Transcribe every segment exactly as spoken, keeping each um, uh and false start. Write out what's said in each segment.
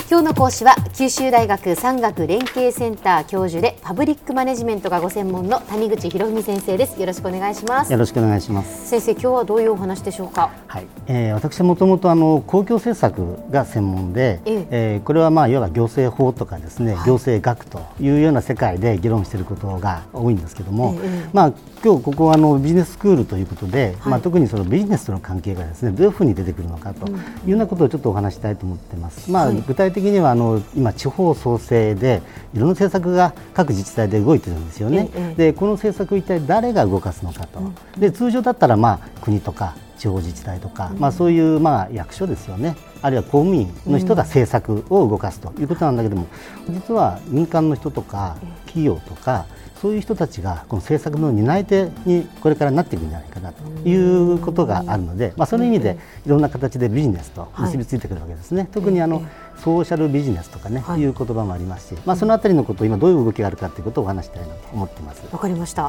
今日の講師は九州大学産学連携センター教授でパブリックマネジメントがご専門の谷口博文先生です。よろしくお願いします。 よろしくお願いします。 先生、今日はどういうお話でしょうか。 はい、えー、私はもともとあの公共政策が専門で、えええー、これはまあいわば行政法とかですね、はい、行政学というような世界で議論していることが多いんですけども、ええまあ、今日ここはあのビジネススクールということで、はいまあ、特にそのビジネスとの関係がですねどういうふうに出てくるのかというようなことをちょっとお話したいと思っています。まあ、はい、具体的にはあの今地方創生でいろんな政策が各自治体で動いているんですよね、ええ、でこの政策を一体誰が動かすのかと、うん、で通常だったらまあ国とか地方自治体とか、うんまあ、そういうまあ役所ですよね、あるいは公務員の人が政策を動かすということなんだけども、うん、実は民間の人とか企業とかそういう人たちがこの政策の担い手にこれからなっていくんじゃないかなということがあるので、まあ、その意味でいろんな形でビジネスと結びついてくるわけですね、はい、特にあのソーシャルビジネスとかね、はい、いう言葉もありますし、まあ、そのあたりのことを今どういう動きがあるかということをお話したいなと思っています。 わかりました、はい、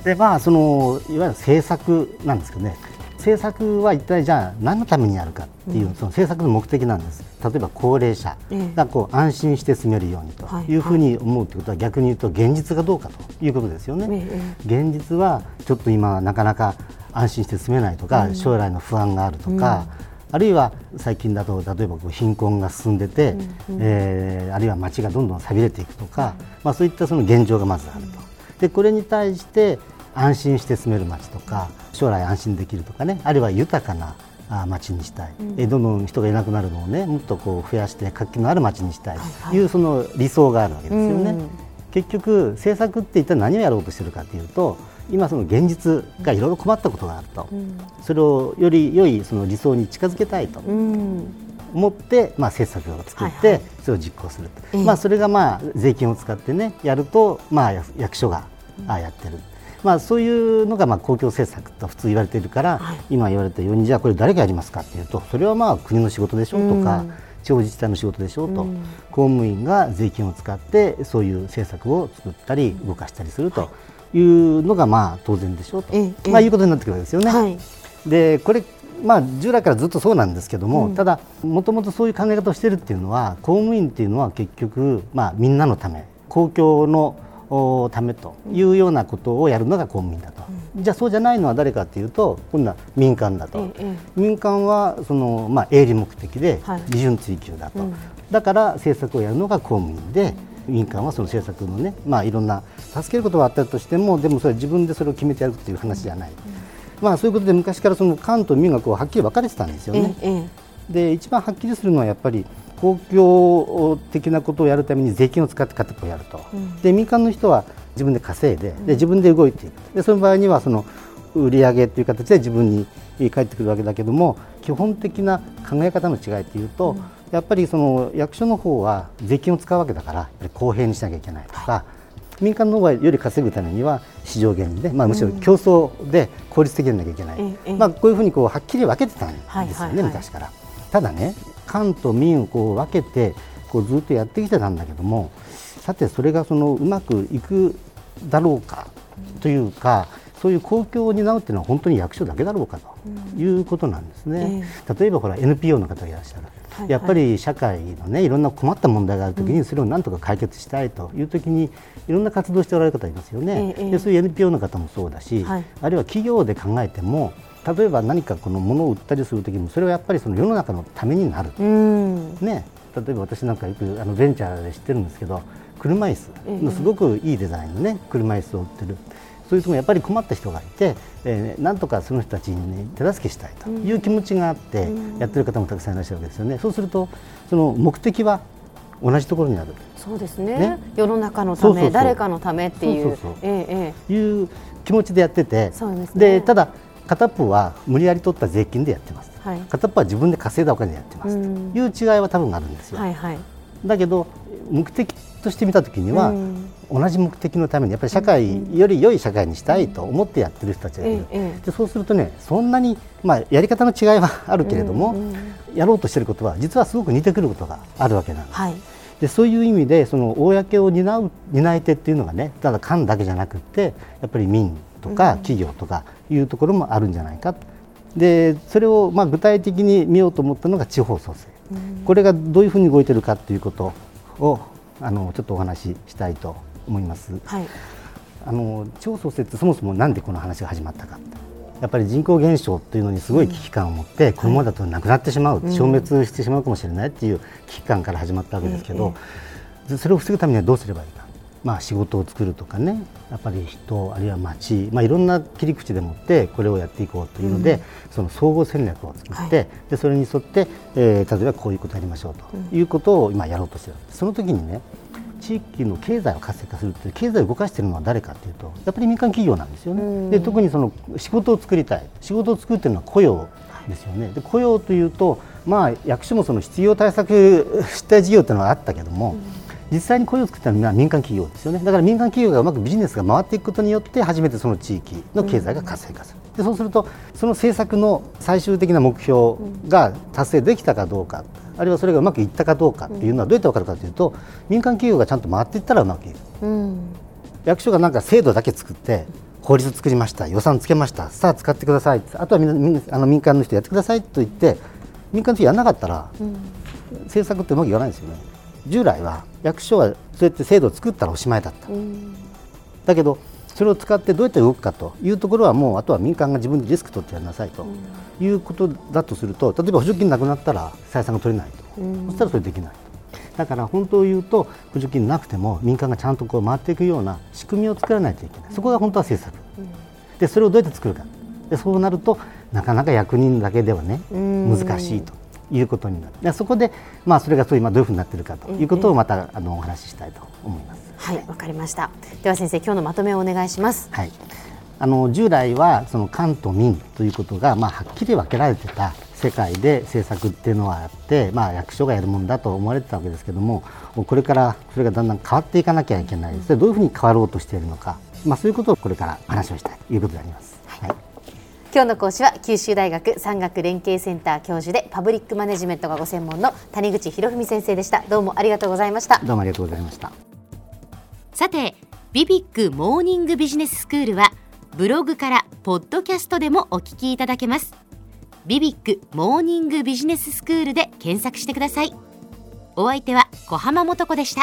でまあ、そのいわゆる政策なんですけどね、政策は一体じゃあ何のためにやるかっていう、その政策の目的なんです。例えば高齢者がこう安心して住めるようにというふうに思うということは、逆に言うと現実がどうかということですよね。現実はちょっと今なかなか安心して住めないとか、将来の不安があるとか、あるいは最近だと例えばこう貧困が進んでて、えー、あるいは街がどんどん寂れていくとか、まあ、そういったその現状がまずあると。でこれに対して安心して住める街とか将来安心できるとかね、あるいは豊かな街にしたい、うん、えどんどん人がいなくなるのをねもっとこう増やして活気のある街にしたいというその理想があるわけですよね、うん、結局政策って一体何をやろうとしているかというと、今その現実がいろいろ困ったことがあると、うん、それをより良いその理想に近づけたいと思って、まあ、政策を作ってそれを実行すると、はいはい、まあ、それがまあ税金を使ってねやると、まあ、役所がやってる、まあ、そういうのがまあ公共政策と普通言われているから、はい、今言われたようにじゃあこれ誰がやりますかというと、それはまあ国の仕事でしょうとか、うん、地方自治体の仕事でしょうと、うん、公務員が税金を使ってそういう政策を作ったり動かしたりするというのがまあ当然でしょうと、はい、まあ、いうことになってくるわけですよね、はい、でこれまあ、従来からずっとそうなんですけども、うん、ただもともとそういう考え方をしているっていうのは、公務員っていうのは結局、まあ、みんなのため公共のためというようなことをやるのが公務員だと、うん、じゃあそうじゃないのは誰かというと今度は民間だと、ええ、民間はその、まあ、営利目的で利潤追求だと、はい、だから政策をやるのが公務員で、うん、民間はその政策のね、まあ、いろんな助けることはあったとしても、でもそれは自分でそれを決めてやるという話じゃない、うん、まあ、そういうことで昔からその官と民がこうはっきり分かれてたんですよね、ええ、で一番はっきりするのはやっぱり公共的なことをやるために税金を使って片っぽやると、うん、で民間の人は自分で稼いで、で自分で動いていく、でその場合にはその売上という形で自分に返ってくるわけだけども、基本的な考え方の違いというと、うん、やっぱりその役所の方は税金を使うわけだからやっぱり公平にしなきゃいけないとか、はい、民間の方がより稼ぐためには市場原理で、まあ、むしろ競争で効率的になきゃいけない、うん、まあ、こういうふうにこうはっきり分けてたんですよね、はいはいはい、昔から。ただね、官と民をこう分けてこうずっとやってきてたんだけども、さてそれがそのうまくいくだろうかというか、そういう公共を担うというのは本当に役所だけだろうかということなんですね、うん、例えばほら エヌピーオー の方がいらっしゃる、はいはい、やっぱり社会のねいろんな困った問題があるときにそれをなんとか解決したいというときにいろんな活動をしておられる方いますよね、ええ、でそういう エヌピーオー の方もそうだし、はい、あるいは企業で考えても、例えば何かこの物を売ったりするときにそれはやっぱりその世の中のためになる、うんね、例えば私なんかよくあのベンチャーで知ってるんですけど、車椅子のすごくいいデザインのね車椅子を売ってる、そういうところやっぱり困った人がいて、えー、なんとかその人たちに、ね、手助けしたいという気持ちがあってやってる方もたくさんいらっしゃるわけですよね。そうするとその目的は同じところにある。 そうです ね, ね世の中のため、そうそうそう、誰かのためっていう、 そうそうそう、ええ、いう気持ちでやってて、そうですね、でただ片っぽは無理やり取った税金でやってます、はい、片っぽは自分で稼いだお金でやってますという違いは多分あるんですよ、はいはい、だけど目的として見たときには、うん、同じ目的のためにやっぱり社会、うん、より良い社会にしたいと思ってやってる人たちがいる、うん、でそうするとね、そんなに、まあ、やり方の違いはあるけれども、うんうん、やろうとしていることは実はすごく似てくることがあるわけなんです、はい、でそういう意味でその公を担う担い手っていうのがね、ただ官だけじゃなくってやっぱり民とか企業とかいうところもあるんじゃないか、でそれをまあ具体的に見ようと思ったのが地方創生これがどういうふうに動いているかということをあのちょっとお話ししたいと思います。はい、あの地方創生ってそもそもなんでこの話が始まったか、やっぱり人口減少というのにすごい危機感を持って、うん、このままだとなくなってしまう、はい、消滅してしまうかもしれないっていう危機感から始まったわけですけど、ええ、それを防ぐためにはどうすればいいか、まあ、仕事を作るとかね、やっぱり人あるいは町、まあ、いろんな切り口でもってこれをやっていこうというので、うん、その総合戦略を作って、はい、でそれに沿って、えー、例えばこういうことをやりましょうということを今やろうとしている。その時にね、地域の経済を活性化するという、経済を動かしているのは誰かというとやっぱり民間企業なんですよね。で特にその仕事を作りたい、仕事を作るというのは雇用ですよね。で雇用というと、まあ、役所もその失業対策した事業というのはあったけども、うん、実際に雇用を作ったのは民間企業ですよね。だから民間企業がうまくビジネスが回っていくことによって初めてその地域の経済が活性化する。でそうするとその政策の最終的な目標が達成できたかどうか、あるいはそれがうまくいったかどうかっていうのはどうやって分かるかというと、民間企業がちゃんと回っていったらうまくいく、うん、役所がなんか制度だけ作って法律作りました、予算つけました、さあ使ってください、あとはみんなあの民間の人やってくださいと言って民間の人やらなかったら、うん、政策ってうまくいかないんですよね。従来は役所はそうやって制度を作ったらおしまいだった、うん、だけどそれを使ってどうやって動くかというところはもうあとは民間が自分でリスク取ってやりなさいということだとすると、例えば補助金なくなったら採算が取れないと、うん、そしたらそれできないと。だから本当を言うと補助金なくても民間がちゃんとこう回っていくような仕組みを作らないといけない。そこが本当は政策、うん、でそれをどうやって作るか。でそうなるとなかなか役人だけではね難しいということになる。でそこで、まあ、それがそう今どういうふうになっているかということをまたあのお話ししたいと思います。 はい、わかりました。では先生、今日のまとめをお願いします。 はい、あの従来はその官と民ということが、まあ、はっきり分けられてた世界で政策っていうのはあって、まあ、役所がやるものだと思われてたわけですけども、これからそれがだんだん変わっていかなきゃいけないです。どういうふうに変わろうとしているのか、まあ、そういうことをこれから話をしたいということであります。はい、 今日の講師は九州大学産学連携センター教授でパブリックマネジメントがご専門の谷口博文先生でした。どうもありがとうございました。 どうもありがとうございました。 さて、ビビックモーニングビジネススクールはブログからポッドキャストでもお聞きいただけます。ビビックモーニングビジネススクールで検索してください。お相手は小浜もとこでした。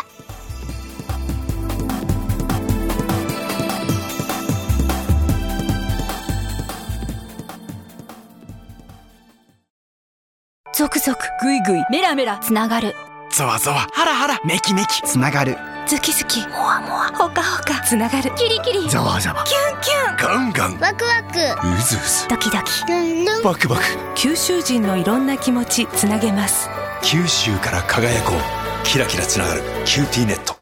ゾクゾクグイグイメラメラつながる、 ゾワゾワハラハラメキメキつながる、 ズキズキモワモワホカホカつながる、キリキリザワザワキュンキュンガンガンワクワクウズウズドキドキルンルンバクバク。 九州人のいろんな気持ちつなげます。 九州から輝こう、キラキラつながるキューティーネット。